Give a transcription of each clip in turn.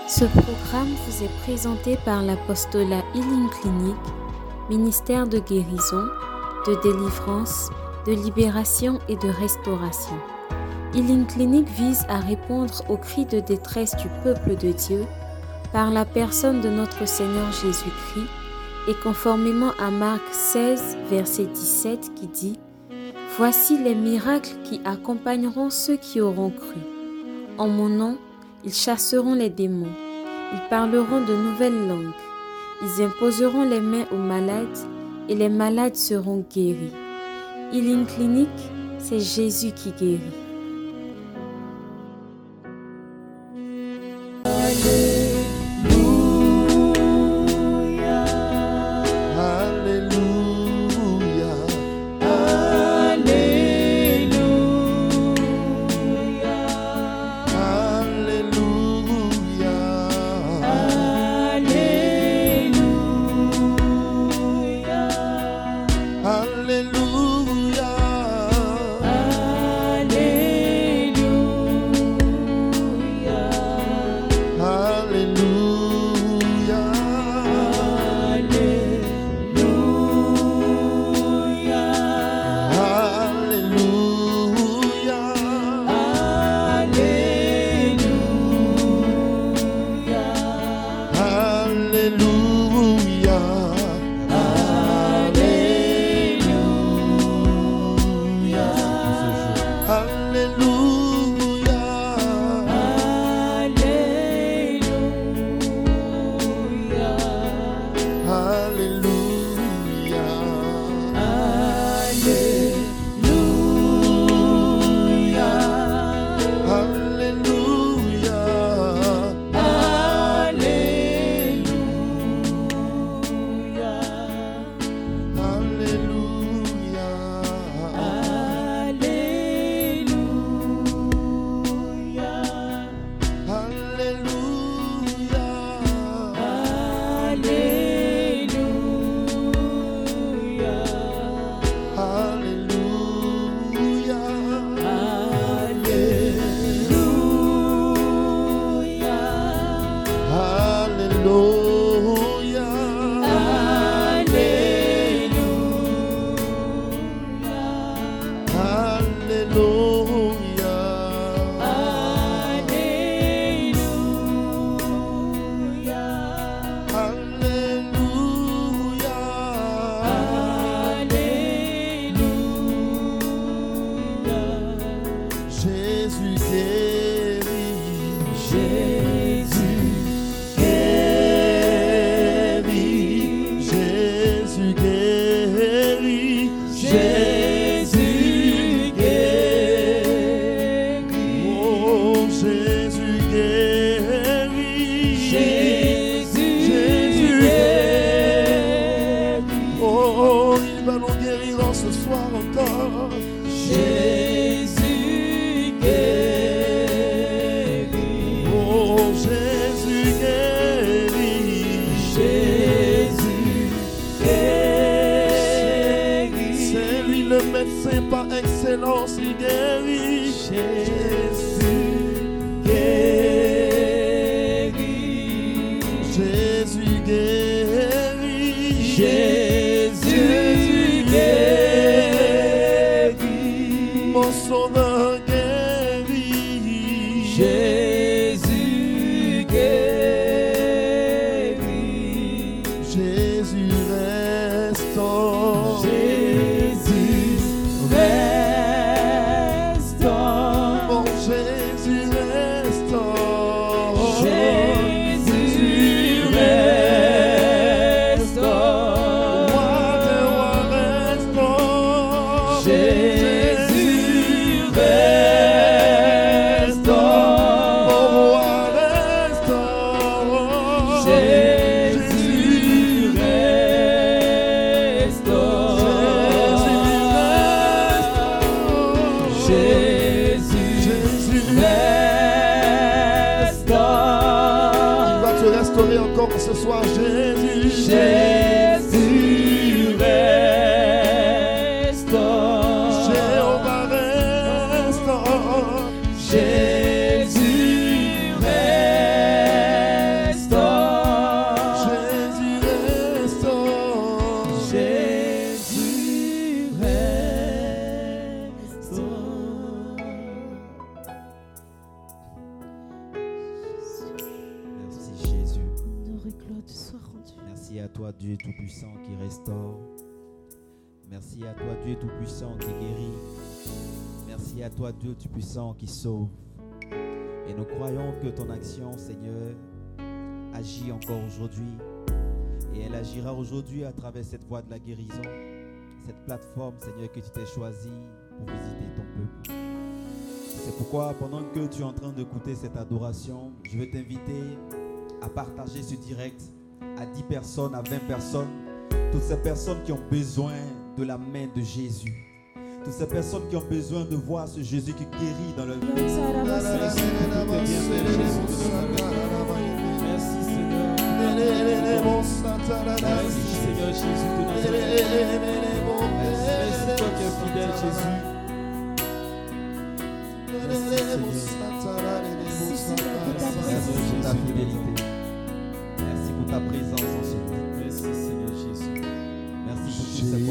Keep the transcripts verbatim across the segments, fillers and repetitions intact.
Ce programme vous est présenté par l'apostolat Healing Clinic, ministère de guérison, de délivrance, de libération et de restauration. Healing Clinic vise à répondre aux cris de détresse du peuple de Dieu par la personne de notre Seigneur Jésus-Christ et conformément à Marc seize, verset dix-sept qui dit « Voici les miracles qui accompagneront ceux qui auront cru. En mon nom, ils chasseront les démons, ils parleront de nouvelles langues, ils imposeront les mains aux malades et les malades seront guéris. » Healing Clinic, c'est Jésus qui guérit. Encore ce soir, Jésus, Jésus restaure, Jéhovah restaure, Jésus restaure. toi, Dieu Tout-Puissant, qui restaure. Merci à toi, Dieu Tout-Puissant, qui guérit. Merci à toi, Dieu Tout-Puissant, qui sauve. Et nous croyons que ton action, Seigneur, agit encore aujourd'hui. Et elle agira aujourd'hui à travers cette voie de la guérison, cette plateforme, Seigneur, que tu t'es choisi pour visiter ton peuple. C'est pourquoi, pendant que tu es en train d'écouter cette adoration, je veux t'inviter à partager ce direct à dix personnes, à vingt personnes, toutes ces personnes qui ont besoin de la main de Jésus, toutes ces personnes qui ont besoin de voir ce Jésus qui guérit dans leur vie. Merci Seigneur. Merci Seigneur Jésus de Nazareth. Merci toi qui es fidèle Jésus. Merci pour ta fidélité. Merci pour ta présence en ce lieu. Merci Seigneur Jésus. Merci pour tous ces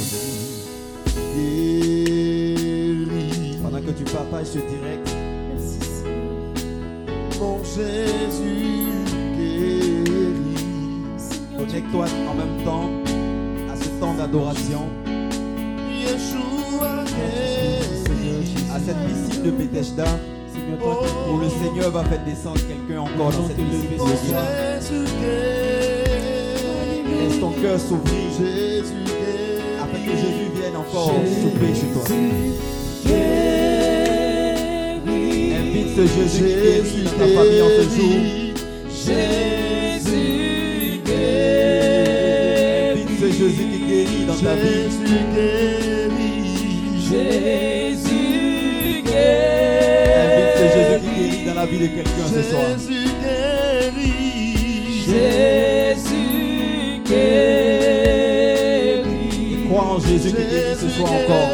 commandements. Pendant que tu partages ce direct, Merci Seigneur. Mon Jésus guérit. connecte-toi en même temps à ce temps d'adoration, Yeshua guérit. à cette piscine de Bethesda, où le Seigneur va faire descendre quelqu'un encore dans cette piscine. Mon Jésus guérit. Laisse ton cœur s'ouvrir Jésus guérit. afin que Jésus vienne encore souper chez toi. Invite ce Jésus qui guérit dans ta famille en ce jour. Jésus guérit. Invite ce Jésus qui guérit dans ta vie. Jésus guérit. Jésus guérit. Invite ce Jésus qui guérit dans la vie de quelqu'un ce soir. Jésus guérit. Jésus guérit. Crois en Jésus qui guérit ce soir encore.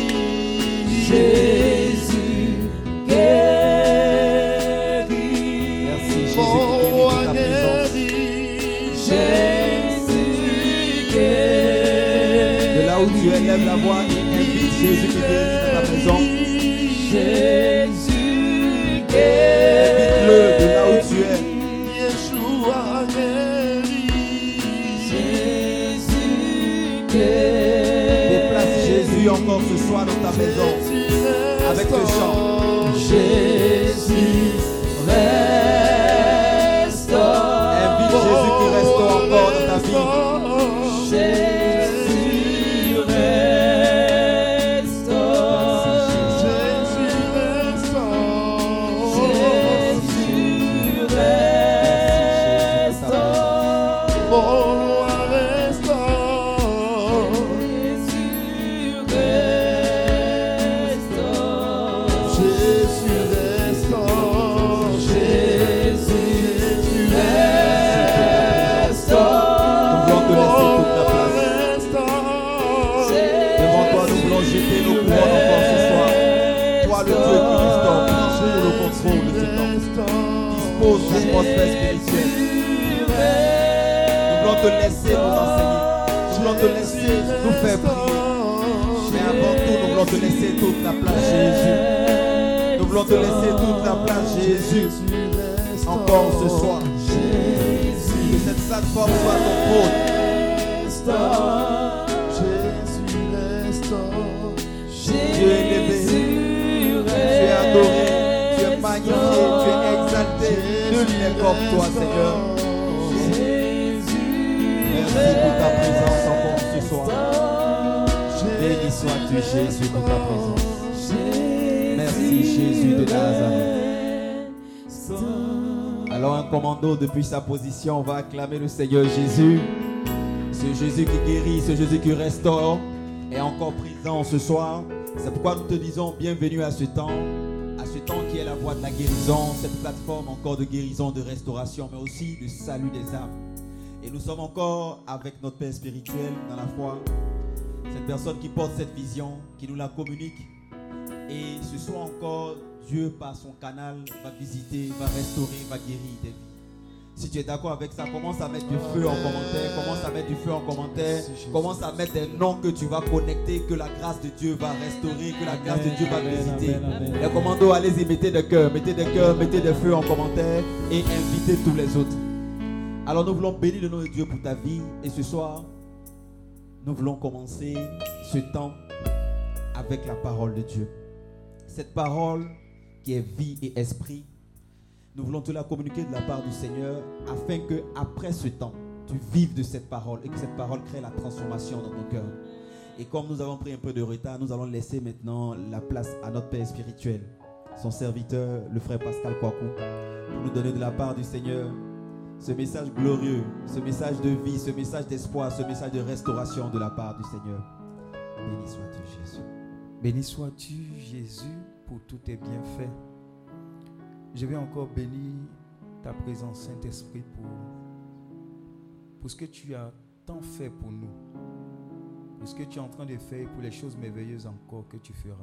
Jésus guérit. Merci Jésus qui guérit dans ta présence. Jésus guérit. De là où tu es, lève la voix et invite Jésus qui guérit dans ta maison. Jésus guérit. Invite-le de là où tu es. Yeshua guérit. Jésus guérit. Déplace Jésus encore ce soir dans ta maison avec ce chant. Jésus restaure. Invite Jésus qui restaure encore dans ta vie. Jésus restaure. Jésus restaure. Jésus restaure. Mon roi restaure. Jésus restaure. Jésus restaure. Jésus restaure. Nous voulons te laisser toute ta place. Restaure. Devant toi, nous voulons jeter nos couronnes encore ce soir. Toi, le Dieu qui restaure, qui prend le contrôle de ce temps. Dispose l'atmosphère spirituelle. Nous voulons te laisser nous enseigner. Nous voulons te laisser nous faire prier. Mais avant tout, nous voulons te laisser toute la place, Jésus. Nous voulons te laisser toute la place, Jésus. Encore ce soir. Que cette plateforme soit ton trône. Jésus restaure. Tu es élevé, tu es adoré, tu es magnifié, tu es exalté. Nul n'est comme toi, Seigneur. Merci pour ta présence encore ce soir. Béni sois-tu, Jésus, pour ta présence. Merci, Jésus de Nazareth. Alors un commando depuis sa position va acclamer le Seigneur Jésus. Ce Jésus qui guérit, ce Jésus qui restaure est encore présent ce soir. C'est pourquoi nous te disons bienvenue à ce temps, à ce temps qui est la voie de la guérison, cette plateforme encore de guérison, de restauration, mais aussi de salut des âmes. Et nous sommes encore avec notre Père spirituel dans la foi, cette personne qui porte cette vision, qui nous la communique. Et ce soir encore, Dieu par son canal va visiter, va restaurer, va guérir des vies. Si tu es d'accord avec ça, commence à mettre du feu en commentaire, commence à mettre du feu en commentaire, commence à mettre des noms que tu vas connecter, que la grâce de Dieu va restaurer, que la grâce de Dieu va visiter. Les commandos, allez-y, mettez des cœurs, mettez des cœurs, mettez des feux en commentaire et invitez tous les autres. Alors nous voulons bénir le nom de Dieu pour ta vie. Et ce soir, nous voulons commencer ce temps avec la parole de Dieu. Cette parole qui est vie et esprit, nous voulons te la communiquer de la part du Seigneur afin que après ce temps, tu vives de cette parole et que cette parole crée la transformation dans ton cœur. Et comme nous avons pris un peu de retard, nous allons laisser maintenant la place à notre Père spirituel, son serviteur, le frère Pascal Kwaku, pour nous donner de la part du Seigneur ce message glorieux, ce message de vie, ce message d'espoir, ce message de restauration de la part du Seigneur. Béni sois-tu, Jésus. Béni sois-tu, Jésus, pour tous tes bienfaits. Je vais encore bénir ta présence, Saint-Esprit, pour, pour ce que tu as tant fait pour nous, pour ce que tu es en train de faire et pour les choses merveilleuses encore que tu feras.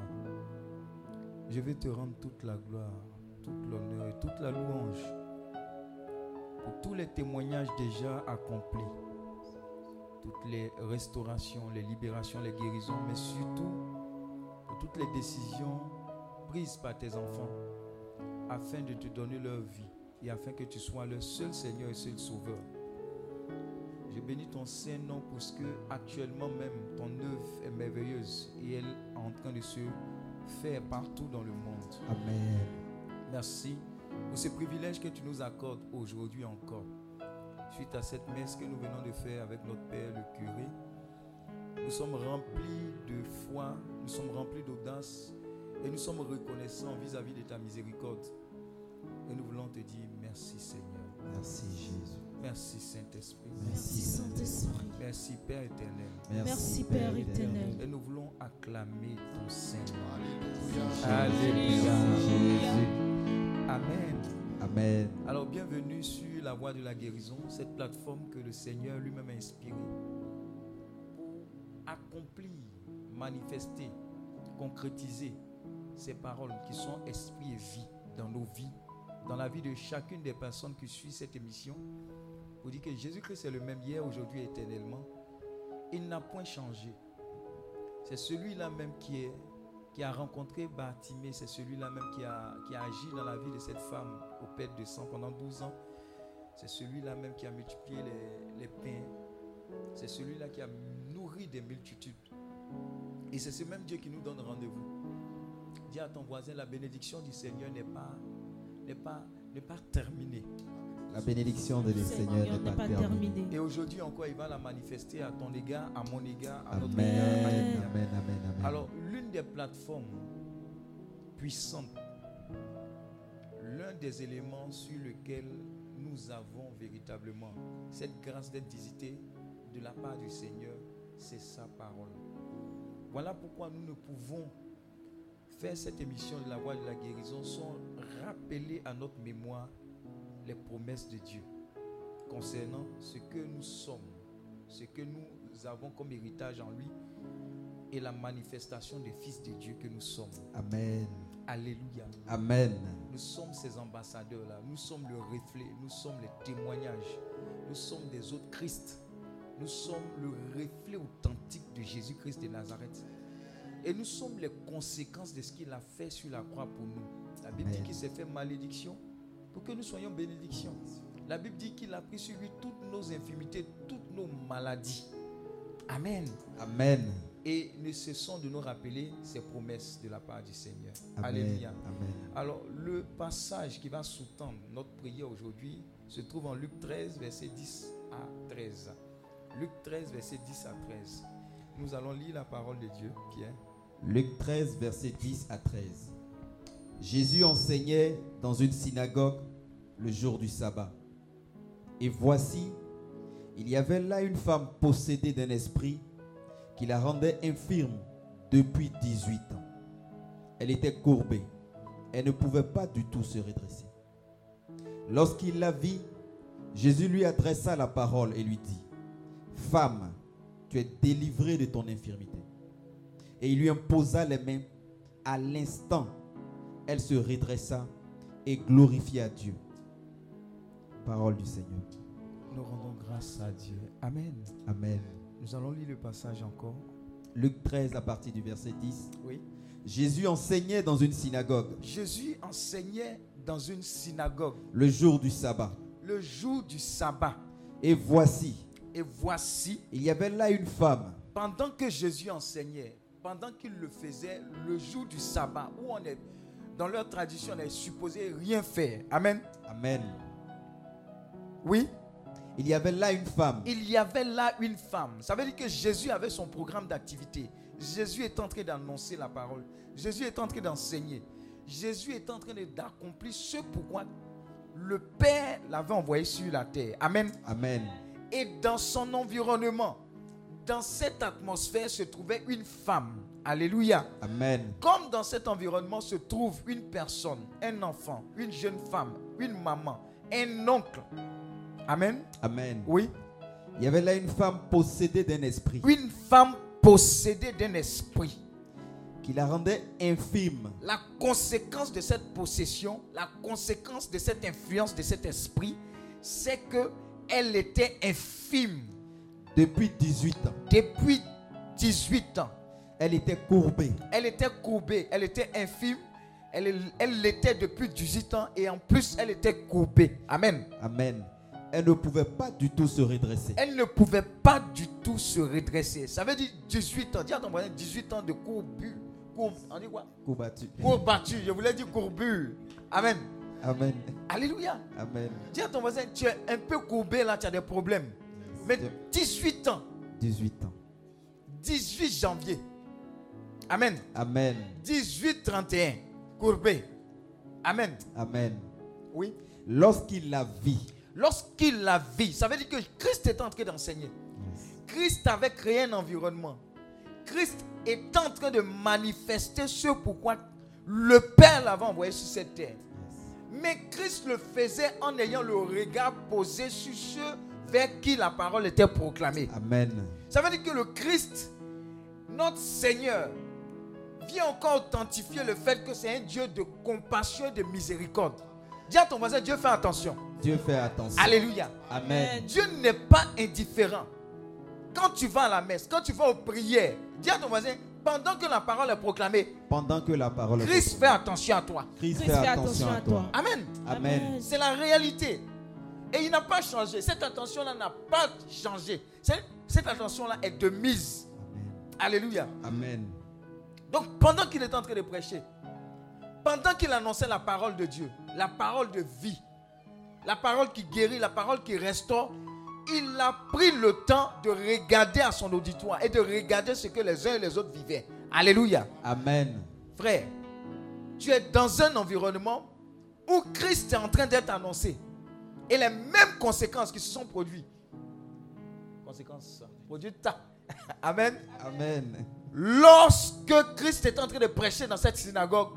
Je vais te rendre toute la gloire, toute l'honneur et toute la louange pour tous les témoignages déjà accomplis, toutes les restaurations, les libérations, les guérisons, mais surtout pour toutes les décisions prises par tes enfants afin de te donner leur vie et afin que tu sois leur seul Seigneur et seul Sauveur. Je bénis ton Saint-Nom parce que actuellement même ton œuvre est merveilleuse et elle est en train de se faire partout dans le monde. Amen. Merci pour ce privilège que tu nous accordes aujourd'hui encore. Suite à cette messe que nous venons de faire avec notre Père le curé, nous sommes remplis de foi, nous sommes remplis d'audace et nous sommes reconnaissants vis-à-vis de ta miséricorde. Et nous voulons te dire merci Seigneur. Merci Jésus. Merci Saint-Esprit. Merci Saint-Esprit. Merci Père éternel. Merci Père éternel. Et nous voulons acclamer ton Saint-Nom. Alléluia. Jésus. Amen. Amen. Alors bienvenue sur la voie de la guérison, cette plateforme que le Seigneur lui-même a inspirée pour accomplir, manifester, concrétiser ces paroles qui sont esprit et vie dans nos vies, dans la vie de chacune des personnes qui suivent cette émission, pour dire que Jésus-Christ est le même hier, aujourd'hui et éternellement. Il n'a point changé. C'est celui-là même qui, est, qui a rencontré Bartimée, c'est celui-là même qui a, qui a agi dans la vie de cette femme au père de sang pendant douze ans. C'est celui-là même qui a multiplié les, les pains. C'est celui-là qui a nourri des multitudes. Et c'est ce même Dieu qui nous donne rendez-vous. Dis à ton voisin, la bénédiction du Seigneur n'est pas, n'est pas, n'est pas terminée. La bénédiction de le Seigneur n'est pas terminée. Et aujourd'hui encore, il va la manifester à ton égard, à mon égard, à Amen. notre égard. Amen. Amen. Amen. Alors, l'une des plateformes puissantes, l'un des éléments sur lesquels nous avons véritablement cette grâce d'être visité de la part du Seigneur, c'est sa parole. Voilà pourquoi nous ne pouvons faire cette émission de la voie de la guérison sans rappeler à notre mémoire les promesses de Dieu concernant ce que nous sommes, ce que nous avons comme héritage en lui et la manifestation des fils de Dieu que nous sommes. Amen. Alléluia. Amen. Nous sommes ces ambassadeurs-là, nous sommes le reflet, nous sommes les témoignages, nous sommes des autres Christ, nous sommes le reflet authentique de Jésus-Christ de Nazareth. Et nous sommes les conséquences de ce qu'il a fait sur la croix pour nous. La Bible Amen. dit qu'il s'est fait malédiction pour que nous soyons bénédictions. La Bible dit qu'il a pris sur lui toutes nos infirmités, toutes nos maladies. Amen. Amen. Et ne cessons de nous rappeler ces promesses de la part du Seigneur. Amen. Alléluia. Amen. Alors, le passage qui va sous-tendre notre prière aujourd'hui se trouve en Luc treize, verset dix à treize. Luc treize, verset dix à treize. Nous allons lire la parole de Dieu, Pierre. Luc treize, verset dix à treize. Jésus enseignait dans une synagogue le jour du sabbat. Et voici, il y avait là une femme possédée d'un esprit qui la rendait infirme depuis dix-huit ans. Elle était courbée. Elle ne pouvait pas du tout se redresser. Lorsqu'il la vit, Jésus lui adressa la parole et lui dit, « Femme, tu es délivrée de ton infirmité. » Et il lui imposa les mains. À l'instant, elle se redressa et glorifia Dieu. Parole du Seigneur. Nous rendons grâce à Dieu. Amen. Amen. Nous allons lire le passage encore. Luc treize à partir du verset dix. Oui. Jésus enseignait dans une synagogue Jésus enseignait dans une synagogue le jour du sabbat. le jour du sabbat. Et voici, Et voici, il y avait là une femme. pendant que Jésus enseignait, pendant qu'il le faisait, le jour du sabbat, où on est, dans leur tradition, on est supposé rien faire. Amen. Amen. Oui. Il y avait là une femme. Il y avait là une femme. Ça veut dire que Jésus avait son programme d'activité. Jésus est en train d'annoncer la parole. Jésus est en train d'enseigner. Jésus est en train d'accomplir ce pourquoi le Père l'avait envoyé sur la terre. Amen. Amen. Et dans son environnement, dans cette atmosphère se trouvait une femme. Alléluia. Amen. Comme dans cet environnement se trouve une personne, un enfant, une jeune femme, une maman, un oncle. Amen. Amen. Oui. Il y avait là une femme possédée d'un esprit Une femme possédée d'un esprit. qui la rendait infime. La conséquence de cette possession, la conséquence de cette influence de cet esprit, c'est que elle était infime. Depuis dix-huit ans, Depuis dix-huit ans, elle était courbée. elle était courbée, elle était infime. Elle elle l'était depuis dix-huit ans et en plus elle était courbée. Amen. Amen. Elle ne pouvait pas du tout se redresser. Elle ne pouvait pas du tout se redresser. Ça veut dire dix-huit ans. Dis à ton voisin dix-huit ans de courbure. Courbe, on dit quoi? Courbatue. Courbature. Je voulais dire courbure. Amen. Amen. Alléluia. Amen. Dis à ton voisin, tu es un peu courbé là, tu as des problèmes. Mais dix-huit ans, dix-huit ans. dix-huit janvier. Amen. Amen. dix-huit trente et un. Courbé. Amen. Amen. Oui. Lorsqu'il la vit, Lorsqu'il la vit, ça veut dire que Christ est en train d'enseigner. Christ avait créé un environnement. Christ est en train de manifester ce pourquoi le Père l'avait envoyé sur cette terre. Mais Christ le faisait en ayant le regard posé sur ceux vers qui la parole était proclamée. Amen. Ça veut dire que le Christ, notre Seigneur, vient encore authentifier le fait que c'est un Dieu de compassion et de miséricorde. Dis à ton voisin, Dieu fait attention. Dieu fait attention. Alléluia. Amen. Dieu n'est pas indifférent. Quand tu vas à la messe, quand tu vas aux prières, dis à ton voisin, pendant que la parole est proclamée, Pendant que la parole est Christ fait attention à toi. Christ, Christ fait attention à toi. Amen. Amen. C'est la réalité. Et il n'a pas changé. Cette attention-là n'a pas changé. C'est- Cette attention-là est de mise. Amen. Alléluia. Amen. Donc pendant qu'il est en train de prêcher, pendant qu'il annonçait la parole de Dieu, la parole de vie, la parole qui guérit, la parole qui restaure, il a pris le temps de regarder à son auditoire et de regarder ce que les uns et les autres vivaient. Alléluia. Amen. Frère, tu es dans un environnement où Christ est en train d'être annoncé. Et les mêmes conséquences qui se sont produites. Conséquences produites. Amen. Amen. Lorsque Christ est en train de prêcher dans cette synagogue,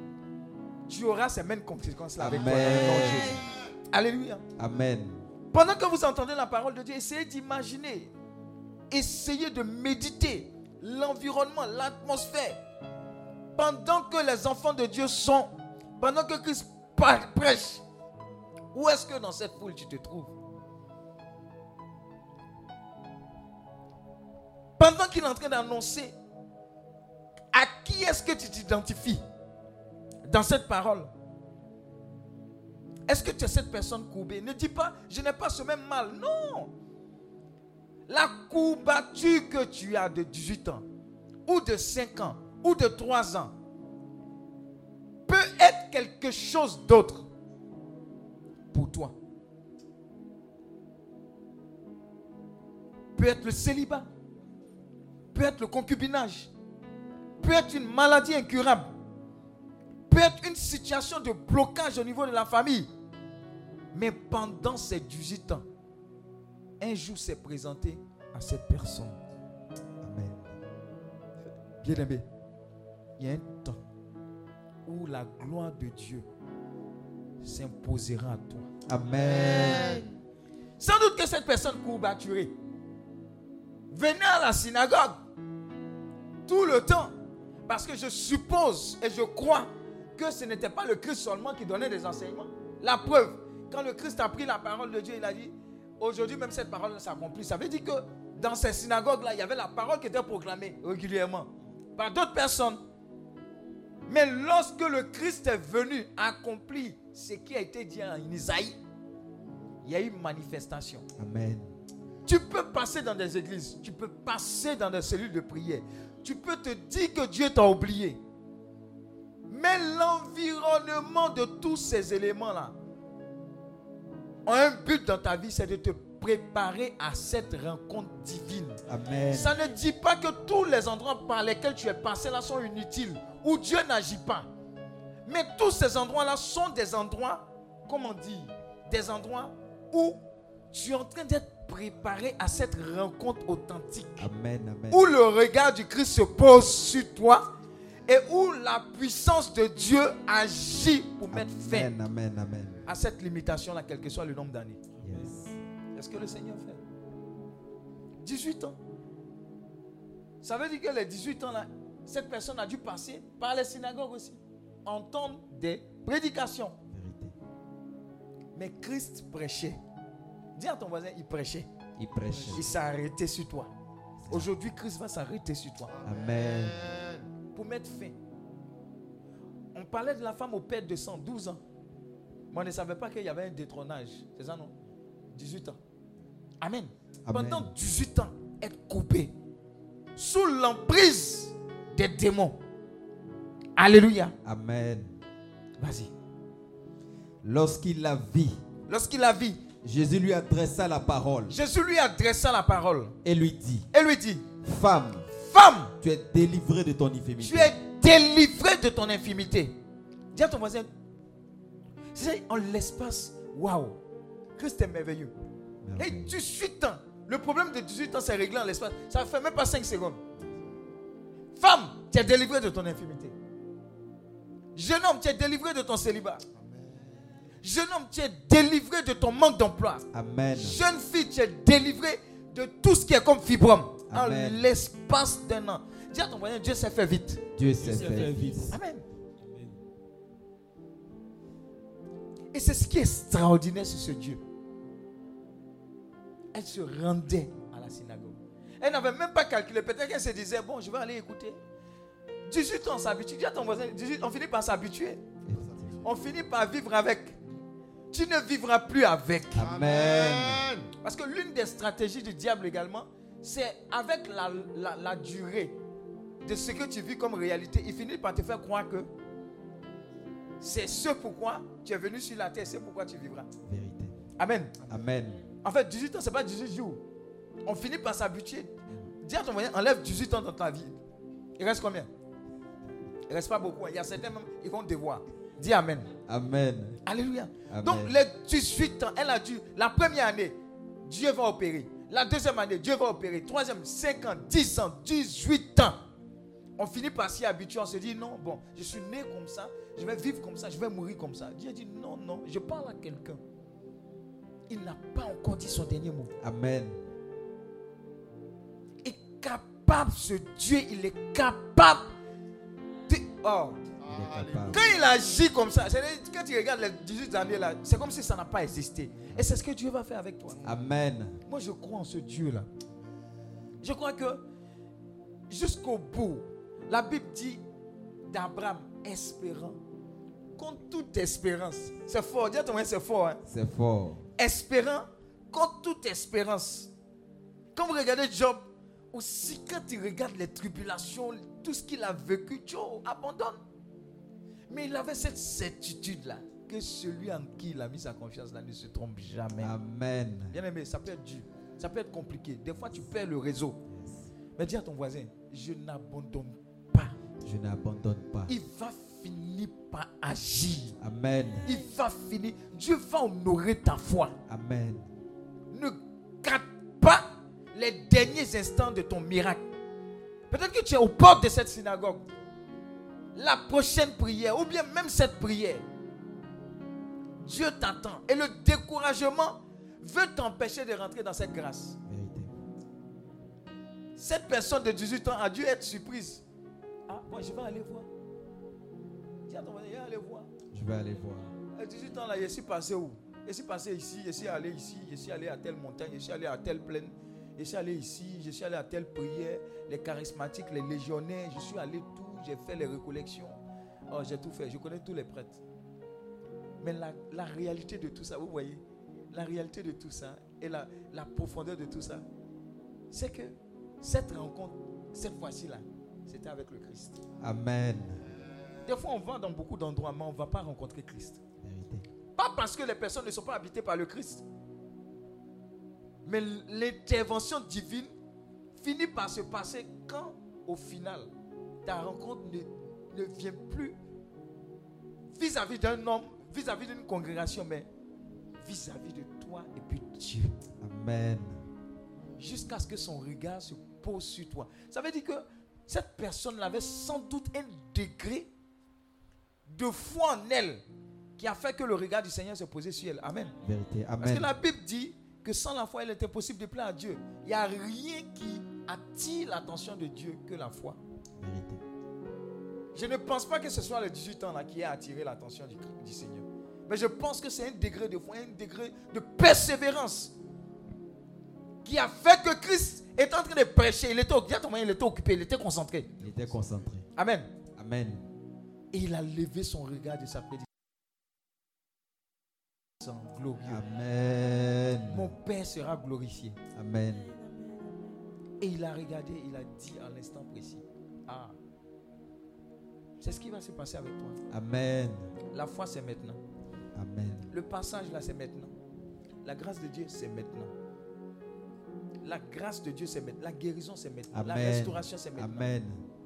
tu auras ces mêmes conséquences-là avec toi. dans le nom de Amen. Jésus. Alléluia. Amen. Pendant que vous entendez la parole de Dieu, essayez d'imaginer. Essayez de méditer l'environnement, l'atmosphère. Pendant que les enfants de Dieu sont, pendant que Christ par- prêche, où est-ce que dans cette foule tu te trouves? Pendant qu'il est en train d'annoncer, à qui est-ce que tu t'identifies dans cette parole? Est-ce que tu es cette personne courbée? Ne dis pas, je n'ai pas ce même mal. Non. La courbature que tu as de dix-huit ans, ou de cinq ans, ou de trois ans, peut être quelque chose d'autre pour toi. Peut être le célibat, peut être le concubinage, peut être une maladie incurable, peut être une situation de blocage au niveau de la famille. Mais pendant ces dix-huit ans, un jour s'est présenté à cette personne. Amen. Bien-aimé, il y a un temps où la gloire de Dieu s'imposera à toi. Amen. Sans doute que cette personne courbaturée venait à la synagogue tout le temps. Parce que je suppose et je crois que ce n'était pas le Christ seulement qui donnait des enseignements. La preuve, quand le Christ a pris la parole de Dieu, il a dit, aujourd'hui même cette parole s'accomplit. Ça veut dire que dans ces synagogues-là, il y avait la parole qui était proclamée régulièrement par d'autres personnes. Mais lorsque le Christ est venu accomplir ce qui a été dit en Isaïe, il y a eu manifestation. Amen. Tu peux passer dans des églises, tu peux passer dans des cellules de prière, tu peux te dire que Dieu t'a oublié. Mais l'environnement de tous ces éléments-là ont un but dans ta vie, c'est de te préparer à cette rencontre divine. Amen. Ça ne dit pas que tous les endroits par lesquels tu es passé là sont inutiles, où Dieu n'agit pas. Mais tous ces endroits-là sont des endroits, comment dire, des endroits où tu es en train d'être préparé à cette rencontre authentique. Amen. Amen. Où le regard du Christ se pose sur toi et où la puissance de Dieu agit pour mettre fin Amen. Amen. Amen. à cette limitation-là, quel que soit le nombre d'années. Yes. C'est ce que le Seigneur fait. dix-huit ans. Ça veut dire que les dix-huit ans là, cette personne a dû passer par les synagogues aussi, entendre des prédications. Vérité. Mais Christ prêchait. Dis à ton voisin, il prêchait. Il prêche. Il s'est arrêté sur toi. Aujourd'hui, Christ va s'arrêter sur toi Amen. pour mettre fin. On parlait de la femme au père de sang, douze ans. Moi, on ne savait pas qu'il y avait un détrônage. C'est ça, non? dix-huit ans. Amen. Amen. Pendant dix-huit ans, être coupé sous l'emprise des démons. Alléluia. Amen. Vas-y. Lorsqu'il la vit, Lorsqu'il la vit, Jésus lui adressa la parole Jésus lui adressa la parole et lui dit, et lui dit, femme, femme, tu es délivrée de ton infirmité. tu es délivré de ton infirmité. Dis à ton voisin, c'est en l'espace, waouh, Christ est merveilleux. Et Merveilleux. dix-huit ans, le problème de dix-huit ans, c'est réglé en l'espace. Ça ne fait même pas cinq secondes. Femme, tu es délivré de ton infirmité. Jeune homme, tu es délivré de ton célibat. Jeune homme, tu es délivré de ton manque d'emploi. Amen. Jeune fille, tu es délivré de tout ce qui est comme fibrome. Amen. En l'espace d'un an. Dis à ton voisin, Dieu s'est fait vite. Dieu s'est s'est fait fait vite. vite. Amen. Et c'est ce qui est extraordinaire sur ce Dieu. Elle se rendait à la synagogue. Elle n'avait même pas calculé. Peut-être qu'elle se disait, bon, je vais aller écouter. dix-huit ans, on s'habitue. Dis à ton voisin, dix-huit, on finit par s'habituer. On finit par vivre avec. Tu ne vivras plus avec. Amen. Parce que l'une des stratégies du diable également, c'est avec la, la, la durée de ce que tu vis comme réalité, il finit par te faire croire que c'est ce pourquoi tu es venu sur la terre, c'est pourquoi tu vivras. Vérité. Amen. Amen. En fait, dix-huit ans, ce n'est pas dix-huit jours. On finit par s'habituer. Dis à ton voisin, enlève dix-huit ans dans ta vie. Il reste combien? Il ne reste pas beaucoup. Il y a certains même, ils vont devoir. Dis Amen. Amen. Alléluia. Amen. Donc, les dix-huit ans, elle a dû, la première année, Dieu va opérer. La deuxième année, Dieu va opérer. Troisième, cinq ans, dix ans, dix-huit ans. On finit par s'y habituer. On se dit, non, bon, je suis né comme ça, je vais vivre comme ça, je vais mourir comme ça. Dieu dit, non, non, je parle à quelqu'un. Il n'a pas encore dit son dernier mot. Amen. Il est capable, ce Dieu, il est capable de... Oh. Il est capable. Quand il agit comme ça, c'est-à-dire, quand tu regardes les dix-huit années là, c'est comme si ça n'a pas existé. Et c'est ce que Dieu va faire avec toi. Amen. Moi, je crois en ce Dieu-là. Je crois que jusqu'au bout, la Bible dit d'Abraham, espérant, contre toute espérance. C'est fort, dis à ton voisin, c'est fort. Hein? C'est fort. Espérant, contre toute espérance. Quand vous regardez Job, aussi quand tu regardes les tribulations, tout ce qu'il a vécu, Dieu abandonne. Mais il avait cette certitude-là, que celui en qui il a mis sa confiance là ne se trompe jamais. Amen. Bien aimé, ça peut être dur, ça peut être compliqué. Des fois, tu perds le réseau. Mais dis à ton voisin, je n'abandonne pas. Je n'abandonne pas. Il va finir par agir. Amen. Il va finir. Dieu va honorer ta foi. Amen. Ne gâte pas les derniers instants de ton miracle. Peut-être que tu es aux portes de cette synagogue. La prochaine prière, ou bien même cette prière, Dieu t'attend. Et le découragement veut t'empêcher de rentrer dans cette grâce. Vérité. Cette personne de dix-huit ans a dû être surprise. Ah, bon, je vais aller voir. Dis à ton voisin, je vais aller voir. Je vais aller voir. À dix-huit ans, là, je suis passé où? Je suis passé ici, je suis allé ici, je suis allé à telle montagne, je suis allé à telle plaine, je suis allé ici, je suis allé à telle prière, les charismatiques, les légionnaires, je suis allé tout, j'ai fait les récollections. Oh, j'ai tout fait, je connais tous les prêtres. Mais la, la réalité de tout ça, vous voyez, la réalité de tout ça et la, la profondeur de tout ça, c'est que cette rencontre, cette fois-ci-là, c'était avec le Christ. Amen. Des fois, on va dans beaucoup d'endroits, mais on ne va pas rencontrer Christ. Vérité. Pas parce que les personnes ne sont pas habitées par le Christ, mais l'intervention divine finit par se passer quand, au final, ta rencontre ne, ne vient plus vis-à-vis d'un homme, vis-à-vis d'une congrégation, mais vis-à-vis de toi et puis Dieu. Amen. Jusqu'à ce que son regard se pose sur toi. Ça veut dire que cette personne avait sans doute un degré de foi en elle qui a fait que le regard du Seigneur se posait sur elle. Amen. Vérité. Amen. Parce que la Bible dit que sans la foi, il était possible de plaire à Dieu. Il n'y a rien qui attire l'attention de Dieu que la foi. Vérité. Je ne pense pas que ce soit les dix-huit ans là qui a attiré l'attention du, du Seigneur. Mais je pense que c'est un degré de foi, un degré de persévérance qui a fait que Christ est en train de prêcher. Il était, il était occupé, il était concentré. Il était concentré. Amen. Amen. Et il a levé son regard de sa prédication. Glorieux. Amen. Mon Père sera glorifié. Amen. Et il a regardé, il a dit à l'instant précis, ah, c'est ce qui va se passer avec toi. Amen. La foi, c'est maintenant. Amen. Le passage là, c'est maintenant. La grâce de Dieu, c'est maintenant. La grâce de Dieu, c'est maintenant. La guérison, c'est maintenant. Amen. La restauration, c'est maintenant. Amen.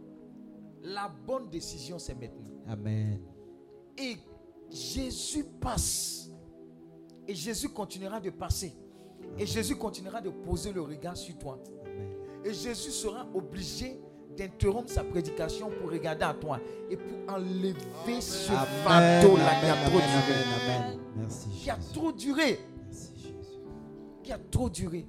La bonne décision, c'est maintenant. Amen. Et Jésus passe. Et Jésus continuera de passer. Et Jésus continuera de poser le regard sur toi. Amen. Et Jésus sera obligé d'interrompre sa prédication pour regarder à toi et pour enlever ce Amen. fardeau là qui a Amen. trop Amen. duré. Amen. Amen. Merci Qui a Jésus. trop duré. Merci Jésus. Qui a trop duré.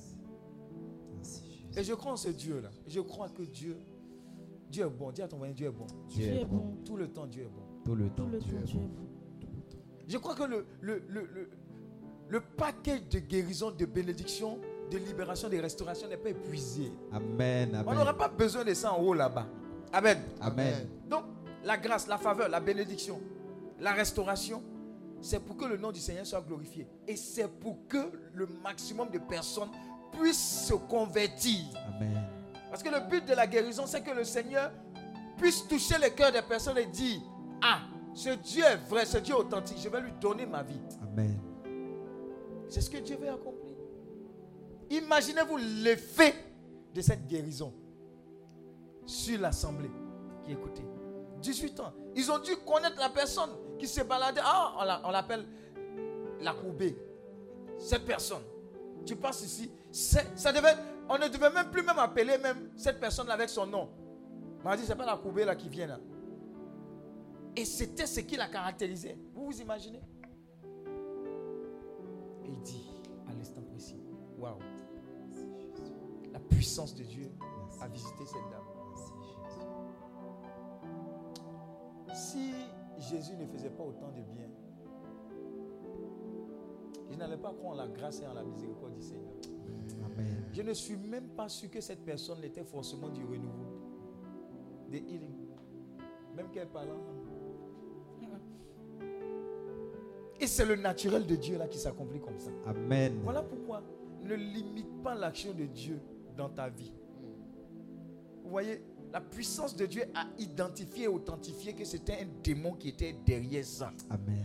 Merci Jésus. Et je crois en ce Dieu-là. Je crois que Dieu, Dieu est bon. Dis à ton voisin, Dieu est bon. Dieu Dieu est est bon. bon. Tout le temps, Dieu est bon. Tout le Tout temps. le Dieu temps, est Dieu est bon. bon. Je crois que le, le, le, le, le paquet de guérison, de bénédiction, de libération, de restauration n'est pas épuisé. Amen. On Amen. n'aura pas besoin de ça en haut là-bas. Amen. Amen. Donc, la grâce, la faveur, la bénédiction, la restauration, c'est pour que le nom du Seigneur soit glorifié. Et c'est pour que le maximum de personnes puissent se convertir. Amen. Parce que le but de la guérison, c'est que le Seigneur puisse toucher le cœur des personnes et dire, ah, ce Dieu est vrai, ce Dieu est authentique, je vais lui donner ma vie. Amen. C'est ce que Dieu veut accomplir. Imaginez-vous l'effet de cette guérison sur l'assemblée qui écoutait. dix-huit ans. Ils ont dû connaître la personne qui se baladait. Ah, on, la, on l'appelle la courbée. Cette personne. Tu passes ici. Ça devait, on ne devait même plus même appeler même cette personne avec son nom. On m'a dit, c'est pas la courbée là qui vient là. Et c'était ce qui la caractérisait. Vous vous imaginez? Et il dit à l'instant précis, waouh, la puissance de Dieu a visité cette dame. Si Jésus ne faisait pas autant de bien, je n'allais pas croire en la grâce et en la miséricorde du Seigneur. Amen. Je ne suis même pas sûr que cette personne était forcément du renouveau, de healing. Même qu'elle parle en langue. Et c'est le naturel de Dieu là qui s'accomplit comme ça. Amen. Voilà pourquoi ne limite pas l'action de Dieu dans ta vie. Vous voyez, la puissance de Dieu a identifié et authentifié que c'était un démon qui était derrière ça. Amen.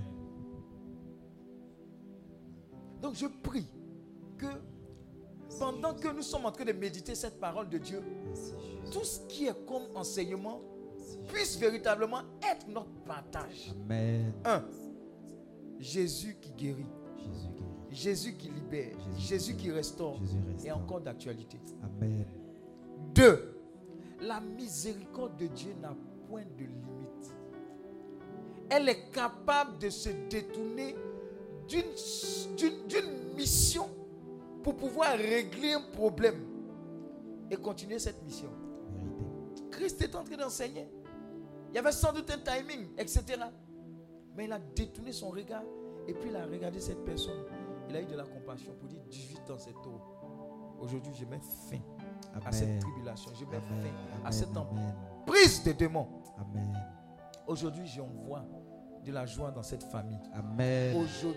Donc je prie que pendant que nous sommes en train de méditer cette parole de Dieu, tout ce qui est comme enseignement puisse véritablement être notre partage. Amen. Un, Jésus qui guérit. Jésus guérit. Jésus qui libère. Jésus Jésus qui qui restaure. Jésus restaure. Et encore d'actualité. Amen. Deux, la miséricorde de Dieu n'a point de limite. Elle est capable de se détourner d'une, d'une, d'une mission pour pouvoir régler un problème et continuer cette mission. Vérité. Christ est en train d'enseigner. Il y avait sans doute un timing, et cetera. Mais il a détourné son regard et puis il a regardé cette personne. Il a eu de la compassion pour dire dix-huit ans c'est tôt. Aujourd'hui je mets fin Amen. à cette tribulation. Je mets Amen. fin à Amen. cette Amen. emprise des démons. Amen. Aujourd'hui j'envoie de la joie dans cette famille. Amen. Aujourd'hui, oh,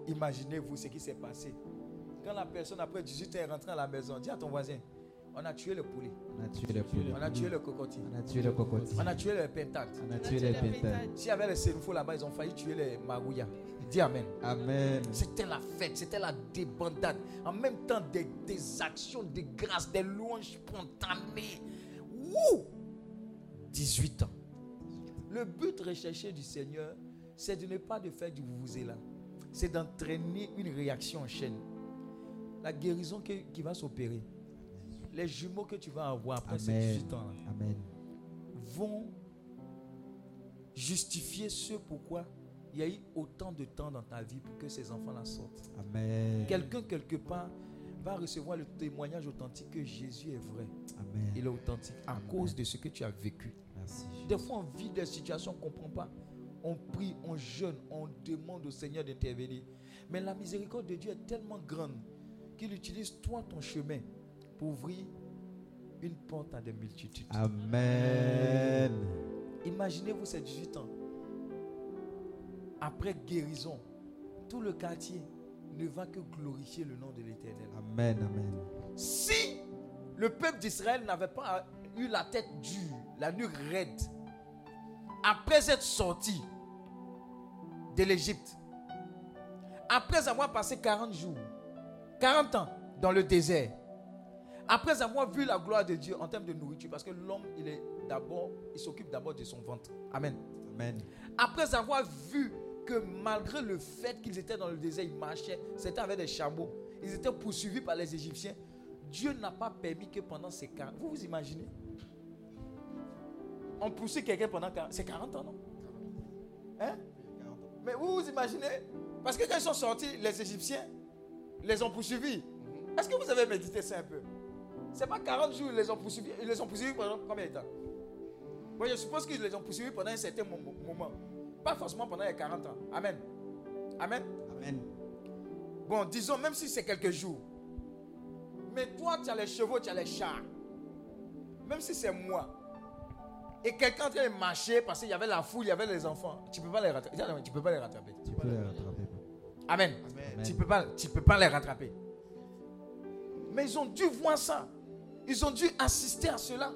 Imaginez-vous ce qui s'est passé. Quand la personne après dix-huit ans est rentrée à la maison, dis à ton voisin, on a tué le poulet, On a tué le poulet. on a tué le cocotier, On a tué le cocotier. on a tué le pentade. On a tué les pétales. S'il y avait les sénifaux là-bas, ils ont failli tuer les marouillas. Dis amen. Amen. C'était la fête, c'était la débandade. En même temps, des, des actions de grâce, des louanges spontanées. Wouh! dix-huit ans. Le but recherché du Seigneur, c'est de ne pas de faire du vous-vous-là. C'est d'entraîner une réaction en chaîne. La guérison que- qui va s'opérer, les jumeaux que tu vas avoir après ces Amen. dix-huit ans Amen. vont justifier ce pourquoi il y a eu autant de temps dans ta vie pour que ces enfants-là sortent. Amen. Quelqu'un quelque part va recevoir le témoignage authentique que Jésus est vrai. Amen. Il est authentique à Amen. cause de ce que tu as vécu. Merci. Jésus. Des fois, on vit des situations qu'on ne comprend pas. On prie, on jeûne, on demande au Seigneur d'intervenir. Mais la miséricorde de Dieu est tellement grande qu'il utilise toi, ton chemin, pour ouvrir une porte à des multitudes. Amen. Imaginez-vous ces dix-huit ans. Après guérison, tout le quartier ne va que glorifier le nom de l'Éternel. Amen. Amen. Si le peuple d'Israël n'avait pas eu la tête dure, la nuque raide, après être sorti de l'Égypte, après avoir passé quarante jours, quarante ans dans le désert, après avoir vu la gloire de Dieu en termes de nourriture, parce que l'homme, il est d'abord, il s'occupe d'abord de son ventre. Amen. Amen. Après avoir vu que malgré le fait qu'ils étaient dans le désert, ils marchaient, c'était avec des chameaux, ils étaient poursuivis par les Égyptiens, Dieu n'a pas permis que pendant ces quarante ans, vous vous imaginez? On poursuit quelqu'un pendant quarante, c'est quarante ans, non? Hein? Mais vous vous imaginez? Parce que quand ils sont sortis, les Égyptiens les ont poursuivis. Est-ce que vous avez médité ça un peu? C'est pas quarante jours, ils les ont poursuivis. Ils les ont poursuivis pendant combien de temps? Moi, je suppose qu'ils les ont poursuivis pendant un certain mo- moment. Pas forcément pendant les quarante ans. Amen. Amen. Amen. Bon, disons, même si c'est quelques jours. Mais toi, tu as les chevaux, tu as les chars. Même si c'est moi. Et quelqu'un en train de marcher parce qu'il y avait la foule, il y avait les enfants. Tu ne peux pas les rattraper. Tu peux pas les rattraper. Tu peux les rattraper. Amen. Amen. Tu ne peux pas, tu peux pas les rattraper. Mais ils ont dû voir ça. Ils ont dû assister à cela.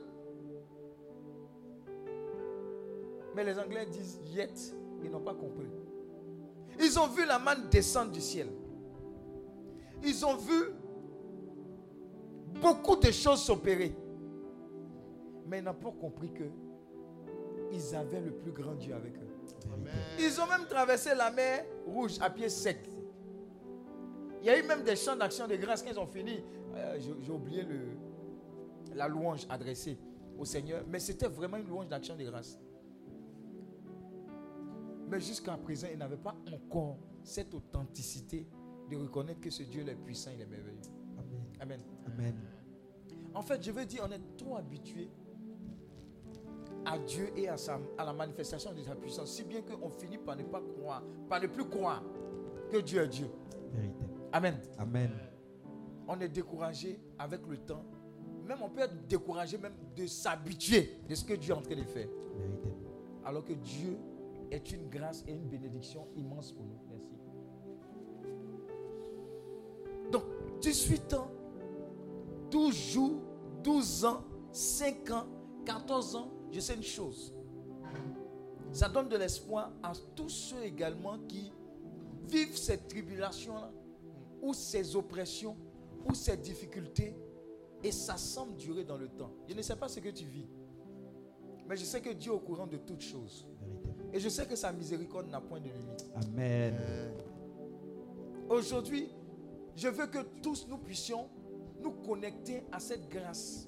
Mais les Anglais disent yet. Ils n'ont pas compris. Ils ont vu la manne descendre du ciel. Ils ont vu beaucoup de choses s'opérer. Mais ils n'ont pas compris que ils avaient le plus grand Dieu avec eux. Amen. Ils ont même traversé la mer Rouge à pied sec. Il y a eu même des chants d'action de grâce quand ils ont fini. Euh, j'ai, j'ai oublié le, la louange adressée au Seigneur. Mais c'était vraiment une louange d'action de grâce. Mais jusqu'à présent, ils n'avaient pas encore cette authenticité de reconnaître que ce Dieu est puissant, il est merveilleux. Amen. Amen. Amen. En fait, je veux dire, on est trop habitué à Dieu et à, sa, à la manifestation de sa puissance, si bien qu'on finit par ne pas croire, par ne plus croire que Dieu est Dieu. Vérité. Amen. Amen. On est découragé avec le temps. Même on peut être découragé même de s'habituer de ce que Dieu est en train de faire. Vérité. Alors que Dieu est une grâce et une bénédiction immense pour nous. Merci. Donc, dix-huit ans, douze jours, douze ans, cinq ans, quatorze ans, je sais une chose. Ça donne de l'espoir à tous ceux également qui vivent cette tribulation-là, ou ces oppressions, ou ces difficultés, et ça semble durer dans le temps. Je ne sais pas ce que tu vis, mais je sais que Dieu est au courant de toutes choses. Vérité. Et je sais que sa miséricorde n'a point de limite. Amen. Aujourd'hui, je veux que tous nous puissions nous connecter à cette grâce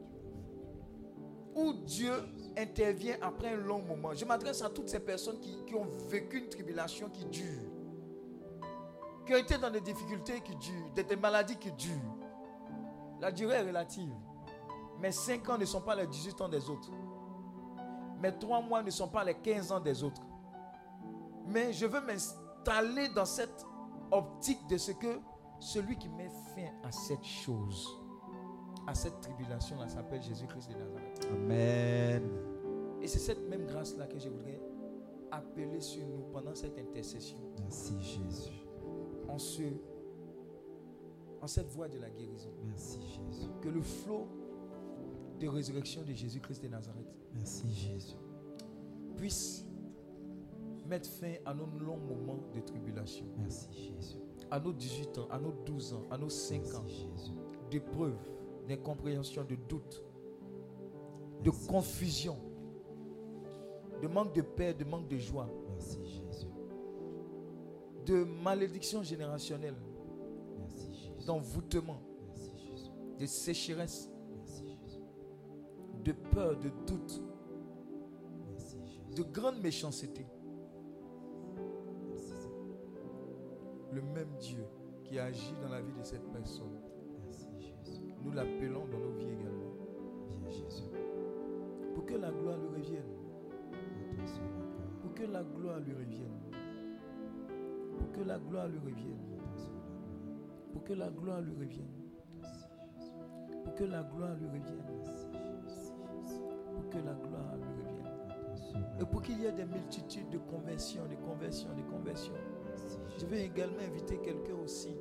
où Dieu intervient après un long moment. Je m'adresse à toutes ces personnes qui, qui ont vécu une tribulation qui dure, qui ont été dans des difficultés qui durent, des, des maladies qui durent. La durée est relative. Mais cinq ans ne sont pas les dix-huit ans des autres. Mais trois mois ne sont pas les quinze ans des autres. Mais je veux m'installer dans cette optique de ce que celui qui met fin à cette chose, à cette tribulation-là, s'appelle Jésus-Christ de Nazareth. Amen. Et c'est cette même grâce-là que je voudrais appeler sur nous pendant cette intercession. Merci Jésus. en, ce, en cette voie de la guérison. Merci Jésus. Que le flot de résurrection de Jésus-Christ de Nazareth Merci Jésus. puisse mettre fin à nos longs moments de tribulation, Merci Jésus. à nos dix-huit ans, à nos douze ans, à nos cinq ans, Merci Jésus. d'épreuves, d'incompréhension, de doutes, de Merci. confusion, de manque de paix, de manque de joie, Merci Jésus. de malédiction générationnelle, Merci Jésus. d'envoûtement, Merci Jésus. de sécheresse, Merci Jésus. de peur, de doute, Merci Jésus. de grande méchanceté. Merci Seigneur. Le même Dieu qui agit dans la vie de cette personne, Merci Jésus. nous l'appelons dans nos vies également. Viens Jésus. Pour que la gloire lui revienne. À toi seul la gloire. Pour que la gloire lui revienne. Pour que la gloire lui revienne. À toi seul la gloire. Pour que la gloire lui revienne. Merci Jésus. Pour que la gloire lui revienne. Merci Jésus. Pour que la gloire lui revienne. À toi seul la Et pour qu'il y ait des multitudes de conversions, de conversions, de conversions. Merci Je Jésus. vais également inviter quelqu'un aussi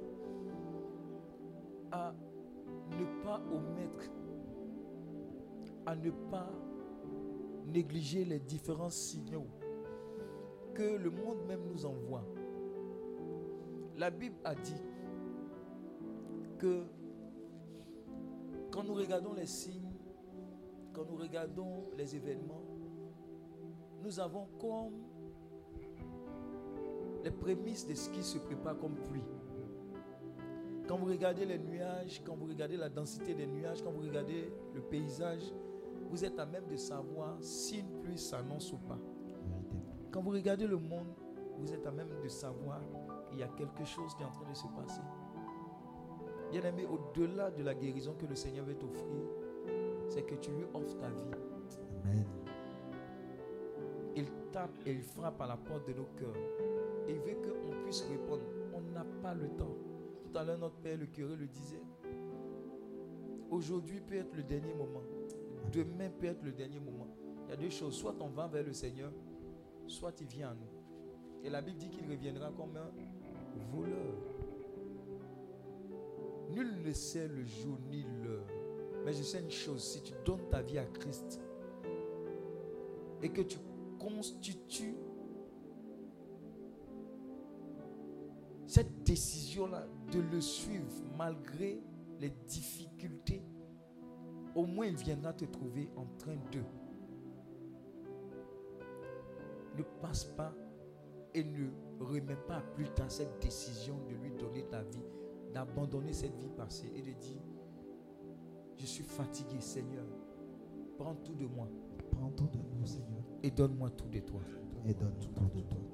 à ne pas omettre, à ne pas négliger les différents signaux que le monde même nous envoie. La Bible a dit que quand nous regardons les signes, quand nous regardons les événements, nous avons comme les prémices de ce qui se prépare comme pluie. Quand vous regardez les nuages, quand vous regardez la densité des nuages, quand vous regardez le paysage, vous êtes à même de savoir si une pluie s'annonce ou pas. Vérité. Quand vous regardez le monde, vous êtes à même de savoir qu'il y a quelque chose qui est en train de se passer. Bien aimé, au-delà de la guérison que le Seigneur veut t'offrir, c'est que tu lui offres ta vie. Amen. Il tape et il frappe à la porte de nos cœurs. Et il veut qu'on puisse répondre. On n'a pas le temps. Tout à l'heure, notre père, le curé, le disait. Aujourd'hui peut être le dernier moment. Demain peut être le dernier moment. Il y a deux choses. Soit on va vers le Seigneur, soit il vient à nous. Et la Bible dit qu'il reviendra comme un voleur. Nul ne sait le jour ni l'heure. Mais je sais une chose. Si tu donnes ta vie à Christ et que tu constitues cette décision-là de le suivre malgré les difficultés, au moins il viendra te trouver en train de. Ne passe pas et ne remets pas à plus tard cette décision de lui donner ta vie, d'abandonner cette vie passée et de dire: je suis fatigué, Seigneur, prends tout de moi Prends tout de nous, Seigneur, et donne-moi tout de toi. et donne-nous tout de toi.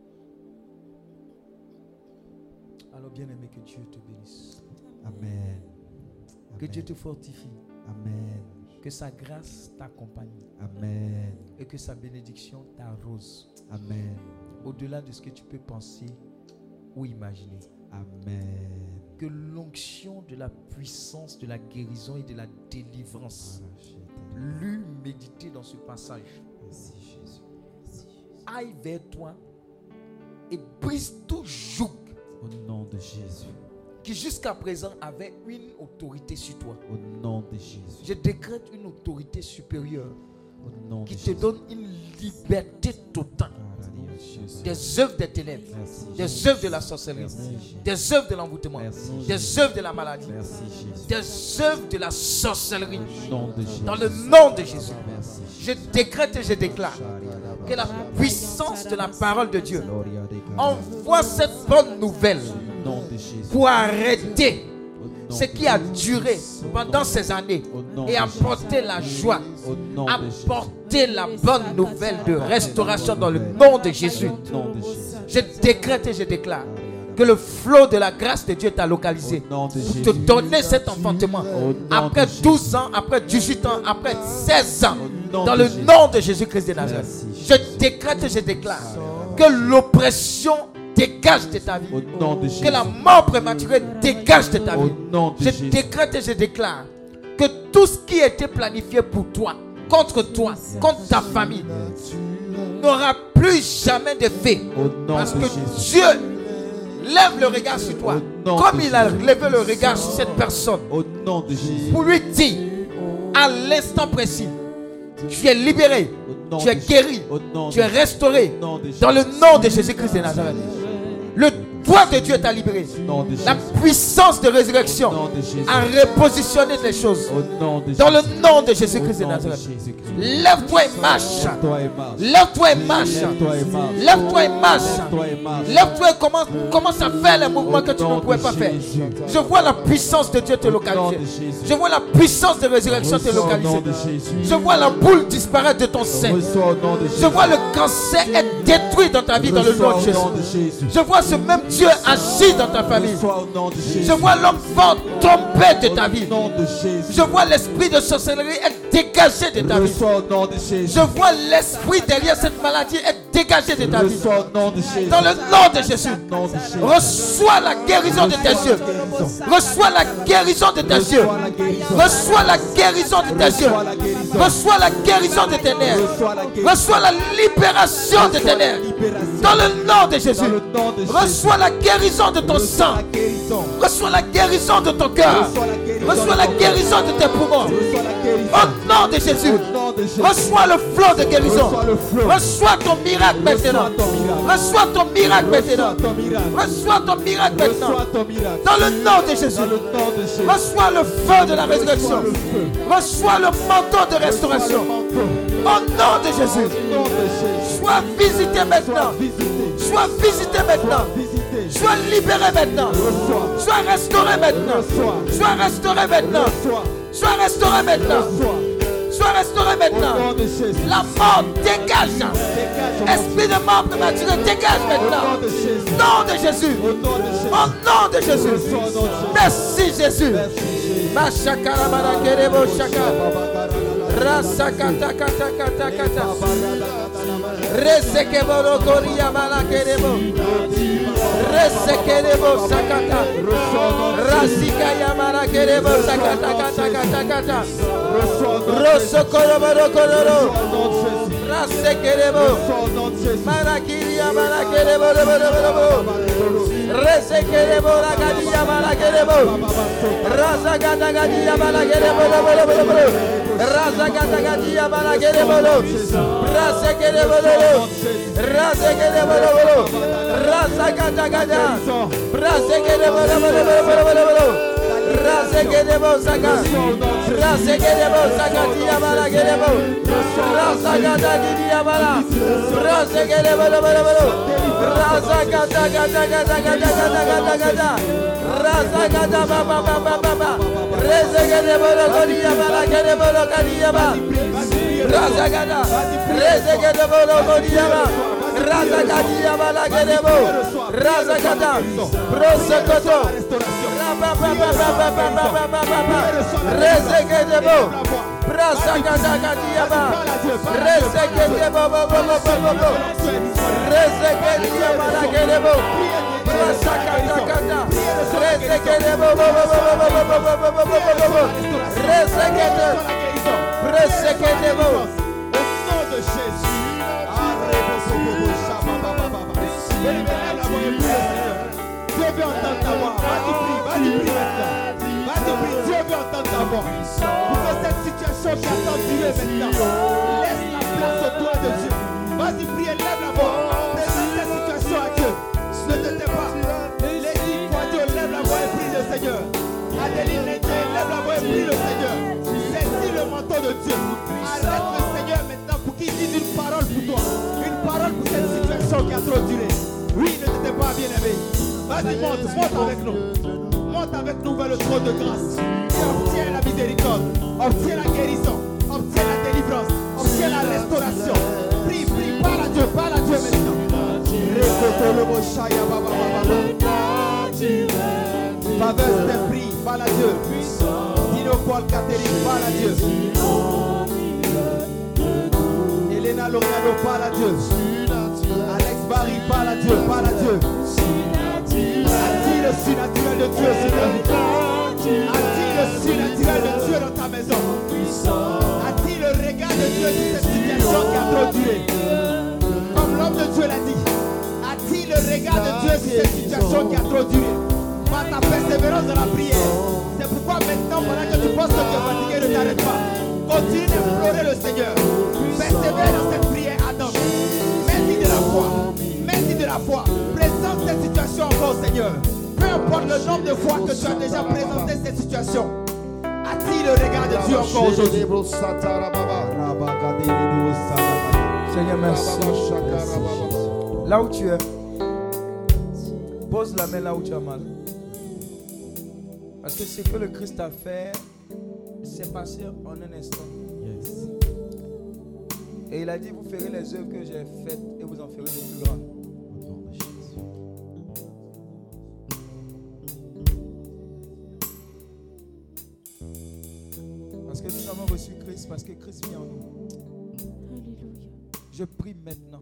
Alors bien aimé, que Dieu te bénisse, Amen. que Amen. Dieu te fortifie, Amen. que sa grâce t'accompagne Amen. et que sa bénédiction t'arrose Amen. au-delà de ce que tu peux penser ou imaginer. Amen. Que l'onction de la puissance, de la guérison et de la délivrance, lu, médité dans ce passage, Merci Jésus. aille vers toi et brise tout joug Au nom de Jésus. qui jusqu'à présent avait une autorité sur toi. Au nom de Jésus. Je décrète une autorité supérieure Au nom qui de te Jésus. donne une liberté totale Jésus. des œuvres des ténèbres, Merci des Jésus. œuvres de la sorcellerie, Merci Jésus. des œuvres de l'envoûtement, Merci des Jésus. œuvres de la maladie, Merci Jésus. des œuvres de la sorcellerie. Au nom de Jésus. Dans le nom de Jésus, Merci je décrète et je déclare que la puissance de la parole de Dieu envoie cette bonne nouvelle Au nom de Jésus. pour arrêter Au nom ce de qui a Jésus. duré pendant ces années Au nom et de apporter la joie, Au nom de Jésus. apporter la bonne nouvelle de restauration dans le nom de Jésus. Au nom de Jésus. Je décrète et je déclare que le flot de la grâce de Dieu t'a localisé Au nom de pour Jésus. te donner cet enfantement Au nom après de Jésus. douze ans, après dix-huit ans, après seize ans, Au nom dans de le Jésus. nom de Jésus-Christ de Nazareth. Merci, Je décrète et je déclare que l'oppression dégage de ta vie, Au nom de Jésus. que la mort prématurée dégage de ta Au vie. nom de Je Jésus. décrète et je déclare que tout ce qui était planifié pour toi, contre toi, contre ta famille, n'aura plus jamais d'effet. Au nom Parce de que Jésus. Dieu lève le regard sur toi. Au nom Comme de il a Jésus. levé le regard sur cette personne. Au nom de Jésus. Pour lui dire, à l'instant précis, tu es libéré, Au nom tu es de guéri, Au nom tu de es restauré. Au nom de Jésus. Dans le nom de Jésus-Christ de Nazareth. Le doigt de Dieu t'a libéré. Au nom de Jésus. La puissance de résurrection Au nom de Jésus. a repositionné les choses. Au nom de Dans le Jésus. nom de Au Jésus-Christ de nom de Nazareth. Jésus-Christ. Lève-toi et marche. Lève-toi et marche. Lève-toi et marche. Lève-toi et marche. Lève-toi et marche. Lève-toi et marche. Lève-toi et commence, commence à faire les mouvements Au que tu ne nom pouvais de pas faire. Jésus. Je vois la puissance de Dieu te Au nom localiser. de Jésus. Je vois la puissance de résurrection te Reçois au nom localiser. de Jésus. Je vois la boule disparaître de ton sein. Reçois au nom de Jésus. Je vois le cancer être détruit dans ta vie dans le Reçois nom de au Jésus. nom de Jésus. Je vois ce même Dieu agir dans ta famille. Reçois au nom de Jésus. Je vois l'homme fort tomber de ta vie. Au nom de Jésus. Je vois l'esprit de sorcellerie être dégagé de ta vie. Reçois au nom de Jésus. Je vois l'esprit derrière cette maladie être dégagé de ta vie. Reçois au nom de Jésus. Dans le nom de Jésus. Au nom de Jésus. Reçois la guérison de tes yeux. Reçois la guérison de tes yeux. Reçois la guérison. Reçois la guérison de tes yeux. Reçois la guérison. Reçois la guérison de tes nerfs. Reçois la guérison. Reçois la libération de tes nerfs. Dans le nom de Dans Jésus. le nom de Jésus. Reçois la guérison de ton sang. La guérison. Reçois la guérison de ton cœur. Reçois la guérison. Reçois la guérison de tes poumons. Reçois la guérison. Au nom de Jésus. Au nom de Jésus. Reçois le flot de guérison. Reçois le flot. Reçois ton miracle maintenant. ton miracle. Reçois ton miracle maintenant. Reçois ton miracle. Reçois ton miracle maintenant. Reçois ton miracle. Dans le nom de Jésus. Dans le nom de Jésus. Reçois le feu de la résurrection. Reçois le feu. Reçois le manteau de restauration. Au nom de Jésus. Au nom de Jésus. Sois visité maintenant. Visitez. Sois visité maintenant. Visitez. Sois libéré maintenant. Reçois. Sois restauré maintenant. Reçois. Sois restauré maintenant. Reçois. Sois restauré maintenant. Reçois. Sois restauré Au maintenant. nom de Jésus. La mort dégage. Dégage. Esprit de mort prématuré dégage Au nom maintenant. de Jésus. Nom de Jésus. Au nom de Jésus. Au nom de Jésus. Reçois au nom de Jésus. Merci Jésus. Merci Jésus. Mashakara barakerebo shaka. Rasakata kata kata kata. Resekeboro koria barakerebo. Resekerebo sakata. Rasika yamara kerebo sakata kata kata kata. Rosokoro boro kororo. Rasekerebo. Marakiria barakerebo boro boro boro. Resekerebo ragadia barakerebo. Rasagata gadia barakerebo boro boro boro. Rasagata gadia barakerebo. Rasekerebo boro. Rasekerebo boro. Rasagata gadia. Rasekerebo boro boro boro boro. Rasekerebo saga. Rasekerebo sagadia barakerebo. Rasagata gadia bara. Rasekerebo boro boro. Rasagata gata gata gata gata gata gata. Rasagata ba ba ba ba ba ba. Resekerebo gadia barakerebo gadia ba. Rasagata. Resekerebo gadia ba. Rasagadia barakerebo. Rasagata. Prosokoto. Ba ba ba ba ba ba ba ba ba ba ba. Resekerebo. Rasagata gadia ba. Resekerebo ba ba ba ba ba ba. Resekedia barakerebo. Rasagata gata. Resekerebo ba ba ba ba ba ba ba ba ba ba ba. Resekete. Resekerebo. Au nom de Jésus. Dieu veut entendre ta voix. Vas-y, prie, vas-y, prie maintenant. Vas-y, prie, Dieu veut entendre ta voix. Pour que cette situation qui attend durer maintenant, laisse la place au doigt de Dieu. Vas-y, prie, lève la voix. Présente cette situation à Dieu. Ne te tais pas. Lady Quadio, lève la voix et prie le Seigneur. Adeline Lété, lève la voix et prie le Seigneur. Saisis le manteau de Dieu. Arrête le Seigneur maintenant pour qu'il dise une parole pour toi. Une parole pour cette situation qui a trop duré. Oui, ne te tais pas, bien-aimé. Vas-y, monte, monte avec nous. Monte avec nous vers le trône de grâce. Et obtiens la miséricorde. Obtiens la guérison. Obtiens la délivrance. Obtiens la restauration. Prie, prie, parle à Dieu, parle à Dieu maintenant. Faveur Saint-Esprit, parle à Dieu. Dino Paul Catherine, parle à Dieu. Elena Loriano, parle à Dieu. Alex Barry, parle à Dieu, parle à Dieu. Attire le surnaturel de Dieu sur ta vie. Attire le surnaturel de Dieu dans ta maison. Attire le regard de Dieu sur cette situation qui a trop duré. Comme l'homme de Dieu l'a dit. Attire le regard de Dieu cette situation qui a trop duré. Par ta persévérance dans la prière. C'est pourquoi maintenant, pendant que tu penses que tu es fatigué, ne t'arrête pas. Continue d'implorer le Seigneur. Persévère dans cette prière ardente. Mets-y de la foi. Mets-y de la foi. Présente cette situation encore au Seigneur. Peu importe le nombre de fois que tu as déjà présenté cette situation. Attire le regard de Dieu encore aujourd'hui. Seigneur, merci. Là où tu es, pose la main là où tu as mal. Parce que ce que le Christ a fait, c'est passé en un instant. Yes. Et il a dit, vous ferez les œuvres que j'ai faites et vous en ferez de plus grandes. Au nom de Jésus. Parce que nous avons reçu Christ, parce que Christ vit en nous. Alléluia. Je prie maintenant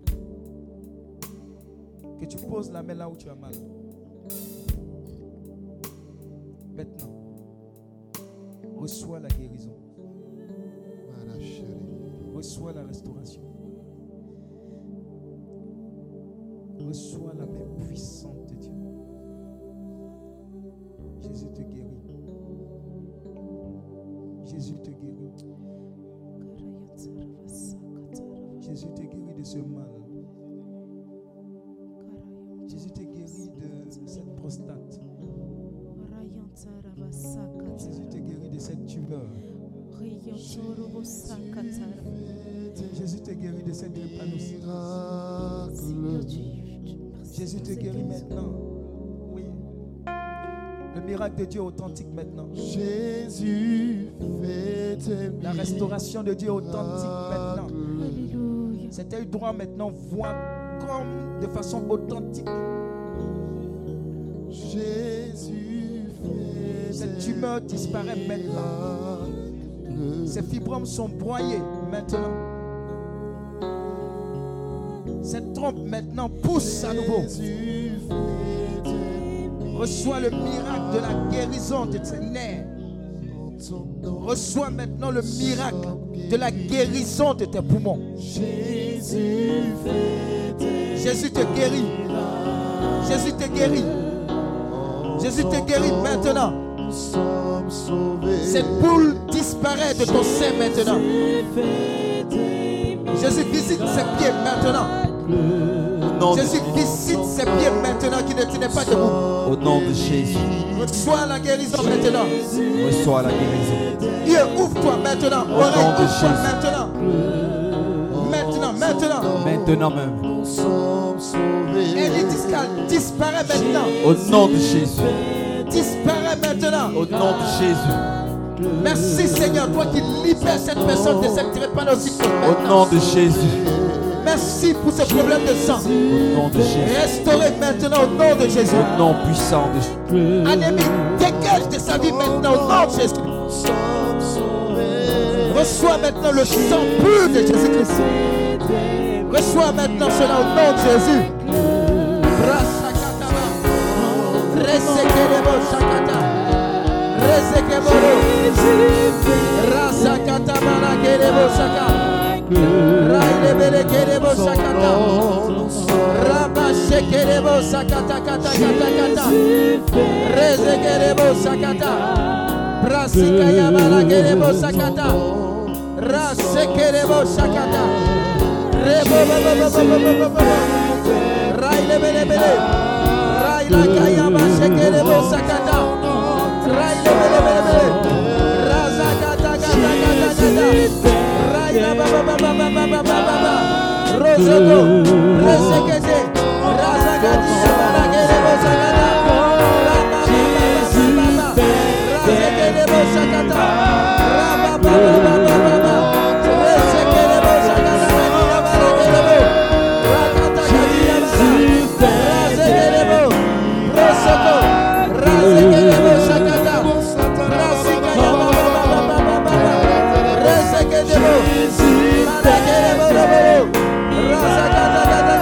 que tu poses la main là où tu as mal. Maintenant, reçois la guérison. Reçois la restauration. Reçois la main puissante de Dieu. Jésus te guérit. Jésus te guérit. Jésus te guérit de ce mal. Jésus te guérit de cette prostate. Jésus te guérit de cette tumeur. Jésus te guérit de cette drépanocytose. Jésus te guérit maintenant. Oui. Le miracle de Dieu est authentique maintenant. Jésus fait La restauration de Dieu est authentique maintenant. Alléluia. Cet œil droit maintenant voit comme de façon authentique. Jésus fait Cette tumeur disparaît maintenant. Ces fibromes sont broyés maintenant. Cette trompe maintenant pousse à nouveau. Reçois le miracle de la guérison de tes nerfs. Reçois maintenant le miracle de la guérison de tes poumons. Jésus te guérit. Jésus te guérit. Jésus te guérit maintenant. Cette boule disparaît de ton sein maintenant. Jésus visite ses pieds maintenant. Au nom de Jésus visite ses pieds maintenant qui ne tenaient pas debout. Au nom de Jésus. Reçois la guérison maintenant. Reçois la guérison. Dieu, ouvre-toi maintenant. Au Oreille, nom de ouvre-toi Jésus. maintenant. Maintenant, maintenant. Maintenant même. Élie discale, disparaît maintenant. Au nom de Jésus. Disparaît maintenant. Au nom de Jésus. Merci Seigneur, toi qui libères cette personne de cette drépanocytose. Au nom de Jésus. Merci pour ce problème de sang. Au nom de Jésus. Restauré maintenant au nom de Jésus. Au nom puissant de Jésus. Anémie, dégage de sa vie maintenant au nom de Jésus. Reçois maintenant le sang pur de Jésus-Christ. Reçois maintenant cela au nom de Jésus. Rasakataba. Resekerebo shakata. Resekeboro. Rasakataba la kerebo shaka. Railebele kerebo shakata. Rabashe kerebo shakata kata kata kata. Resekerebo shakata. Brasika yabala kerebo shakata. Rasekerebo shakata. Rebo baba baba baba baba. Railebele bele. Raila kayaba shekerebo shakata. Railebele bele. Razakata kata kata kata. Raila baba baba baba baba baba. Rosogo. Resekete. Razakati yabala kerebo shakata. Raba baba baba baba. Rasekerebo shakata. Raba baba baba baba. Resekerebo shakata. Yabala kerebo. Rakata kati yabala. Rasekerebo. Rosogo. Rasekerebo shakata. Rasika yabala baba baba baba. Resekerebo. Marakerebo robo. Rasakata kata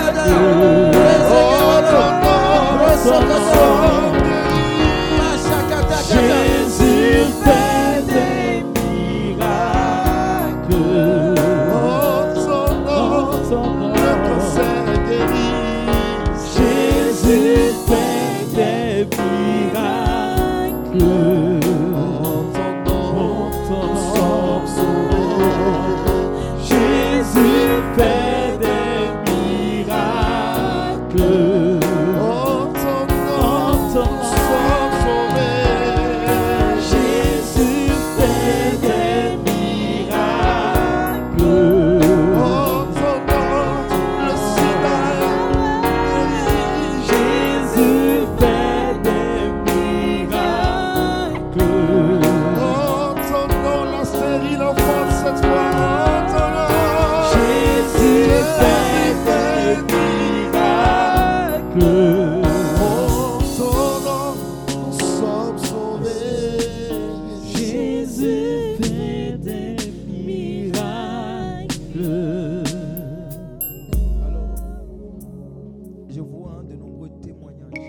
En ton nom, nous sommes sauvés. Jésus fait des miracles. En ton nom, le sida est Jésus fait des miracles. en ton nom, la stérile enfante cette fois. En ton nom, Jésus fait des miracles. en ton nom, nous sommes sauvés. Jésus fait des miracles. Alors, je vois de nombreux témoignages.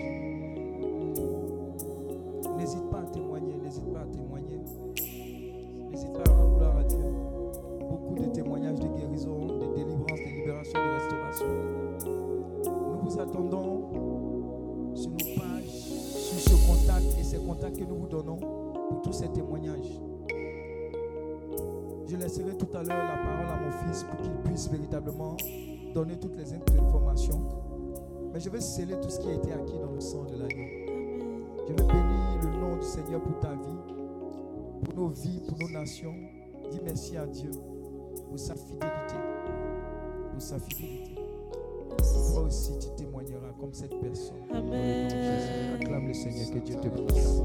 N'hésite pas à témoigner, n'hésite pas à témoigner. N'hésite pas à rendre gloire à Dieu. Beaucoup de témoignages de guérison, de délivrance, de libération, de restauration. Nous vous attendons sur nos pages, sur ce contact et ces contacts que nous vous donnons pour tous ces témoignages. Je laisserai tout à l'heure la parole à mon fils pour qu'il puisse véritablement donner toutes les informations. Mais je vais sceller tout ce qui a été acquis dans le sang de l'agneau. Je vais bénir le nom du Seigneur pour ta vie, pour nos vies, pour nos nations. Dis merci à Dieu pour sa fidélité. Pour sa fidélité. Toi aussi, tu témoigneras comme cette personne. Amen. Jésus, acclame le Seigneur, que Dieu te bénisse.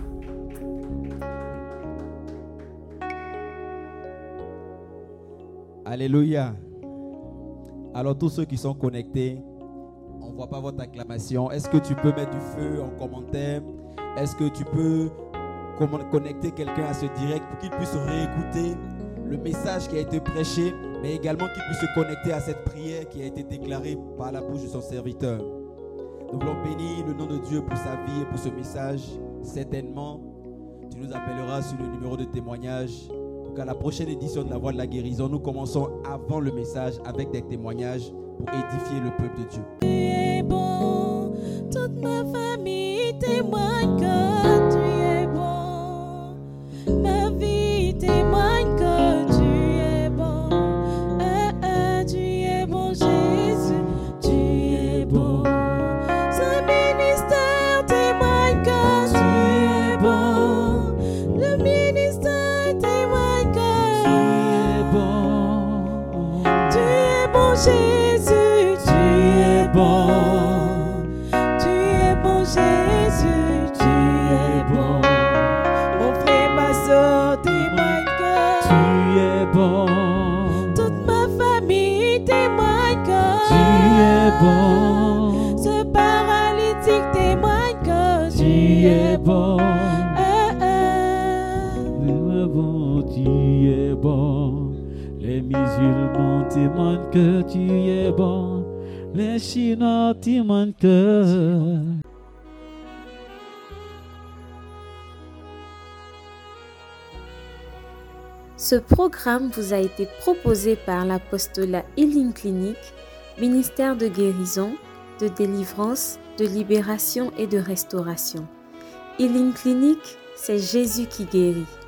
Alléluia. Alors tous ceux qui sont connectés, on ne voit pas votre acclamation. Est-ce que tu peux mettre du feu en commentaire? Est-ce que tu peux comment- connecter quelqu'un à ce direct pour qu'il puisse réécouter le message qui a été prêché, mais également qu'il puisse se connecter à cette prière qui a été déclarée par la bouche de son serviteur. Nous voulons bénir le nom de Dieu pour sa vie et pour ce message. Certainement, tu nous appelleras sur le numéro de témoignage pour qu'à la prochaine édition de la Voix de la Guérison, nous commençons avant le message avec des témoignages pour édifier le peuple de Dieu. Tu es bon, toute ma famille témoigne que tu es bon. Ma vie témoigne que tu es bon. Ah, ah, tu es bon, Jésus, tu es bon. Ce ministère témoigne que tu es bon. Le ministère témoigne que tu es bon. Tu es bon, Jésus, tu es bon. Tu es bon, Jésus, tu es bon. Mon frère, ma soeur témoigne que Tu es bon. toute ma famille témoigne que Tu es bon. ce paralytique témoigne que Tu es bon. Ah, ah. Tu es bon, tu es bon. Les musulmans témoignent que tu es bon. Les Chinois témoignent que... Ce programme vous a été proposé par l'apostolat Healing Clinic, ministère de guérison, de délivrance, de libération et de restauration. Healing Clinic, c'est Jésus qui guérit.